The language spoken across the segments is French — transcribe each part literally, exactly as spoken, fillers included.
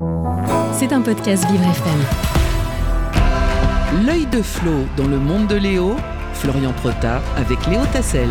C'est un podcast Vivre F M. L'œil de Flo dans le monde de Léo, Florian Protard avec Léo Tassel.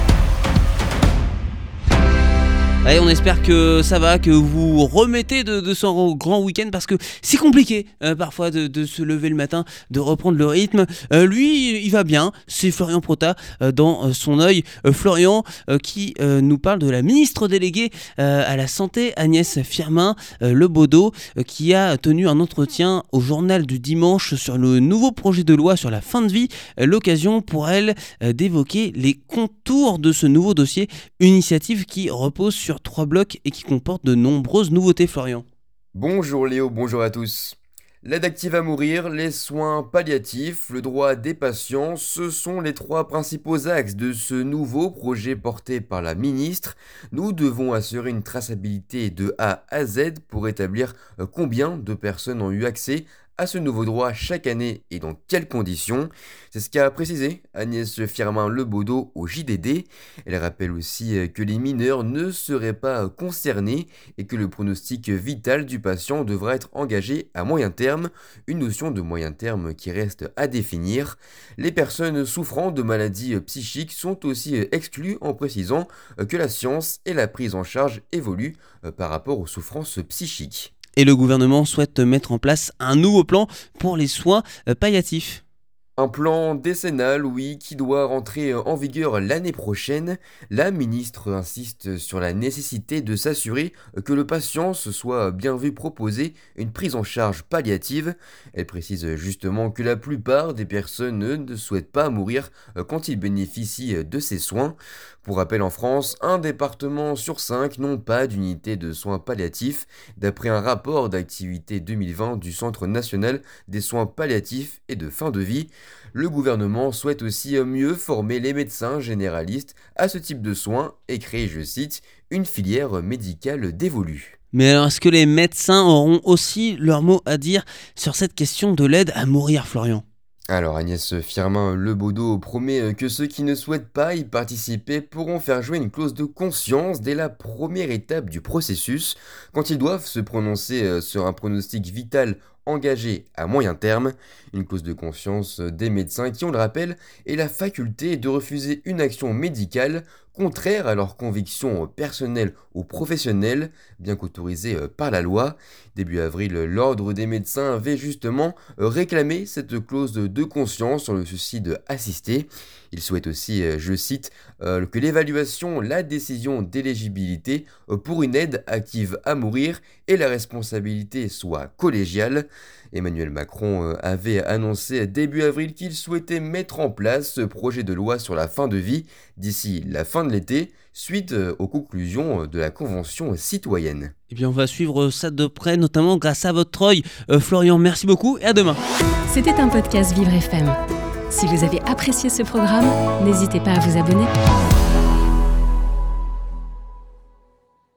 Allez, on espère que ça va, que vous remettez de, de ce grand week-end parce que c'est compliqué euh, parfois de, de se lever le matin, de reprendre le rythme. Euh, lui, il va bien, c'est Florian Protard euh, dans euh, son œil. Euh, Florian euh, qui euh, nous parle de la ministre déléguée euh, à la santé, Agnès Firmin euh, Lebaudot, euh, qui a tenu un entretien au journal du dimanche sur le nouveau projet de loi sur la fin de vie. Euh, l'occasion pour elle euh, d'évoquer les contours de ce nouveau dossier, une initiative qui repose sur trois blocs et qui comporte de nombreuses nouveautés, Florian. Bonjour Léo, bonjour à tous. L'aide active à mourir, les soins palliatifs, le droit des patients, ce sont les trois principaux axes de ce nouveau projet porté par la ministre. Nous devons assurer une traçabilité de A à Z pour établir combien de personnes ont eu accès à ce nouveau droit chaque année et dans quelles conditions. C'est ce qu'a précisé Agnès Firmin Lebaudot au J D D. Elle rappelle aussi que les mineurs ne seraient pas concernés et que le pronostic vital du patient devra être engagé à moyen terme, une notion de moyen terme qui reste à définir. Les personnes souffrant de maladies psychiques sont aussi exclues en précisant que la science et la prise en charge évoluent par rapport aux souffrances psychiques. Et le gouvernement souhaite mettre en place un nouveau plan pour les soins palliatifs. Un plan décennal, oui, qui doit rentrer en vigueur l'année prochaine. La ministre insiste sur la nécessité de s'assurer que le patient se soit bien vu proposer une prise en charge palliative. Elle précise justement que la plupart des personnes ne souhaitent pas mourir quand ils bénéficient de ces soins. Pour rappel, en France, un département sur cinq n'ont pas d'unité de soins palliatifs, d'après un rapport d'activité deux mille vingt du Centre national des soins palliatifs et de fin de vie. Le gouvernement souhaite aussi mieux former les médecins généralistes à ce type de soins et créer, je cite, une filière médicale dévolue. Mais alors, est-ce que les médecins auront aussi leur mot à dire sur cette question de l'aide à mourir, Florian ? Alors Agnès Firmin Lebaudot promet que ceux qui ne souhaitent pas y participer pourront faire jouer une clause de conscience dès la première étape du processus, quand ils doivent se prononcer sur un pronostic vital engagé à moyen terme, une clause de conscience des médecins qui, on le rappelle, est la faculté de refuser une action médicale contraire à leurs convictions personnelles ou professionnelles, bien qu'autorisée par la loi. Début avril, l'Ordre des médecins avait justement réclamé cette clause de conscience sur le suicide assisté. Il souhaite aussi, je cite, euh, que l'évaluation, la décision d'éligibilité pour une aide active à mourir et la responsabilité soient collégiales. Emmanuel Macron avait annoncé début avril qu'il souhaitait mettre en place ce projet de loi sur la fin de vie d'ici la fin de l'été, suite aux conclusions de la Convention citoyenne. Eh bien, on va suivre ça de près, notamment grâce à votre œil. Euh, Florian, merci beaucoup et à demain. C'était un podcast Vivre F M. Si vous avez apprécié ce programme, n'hésitez pas à vous abonner.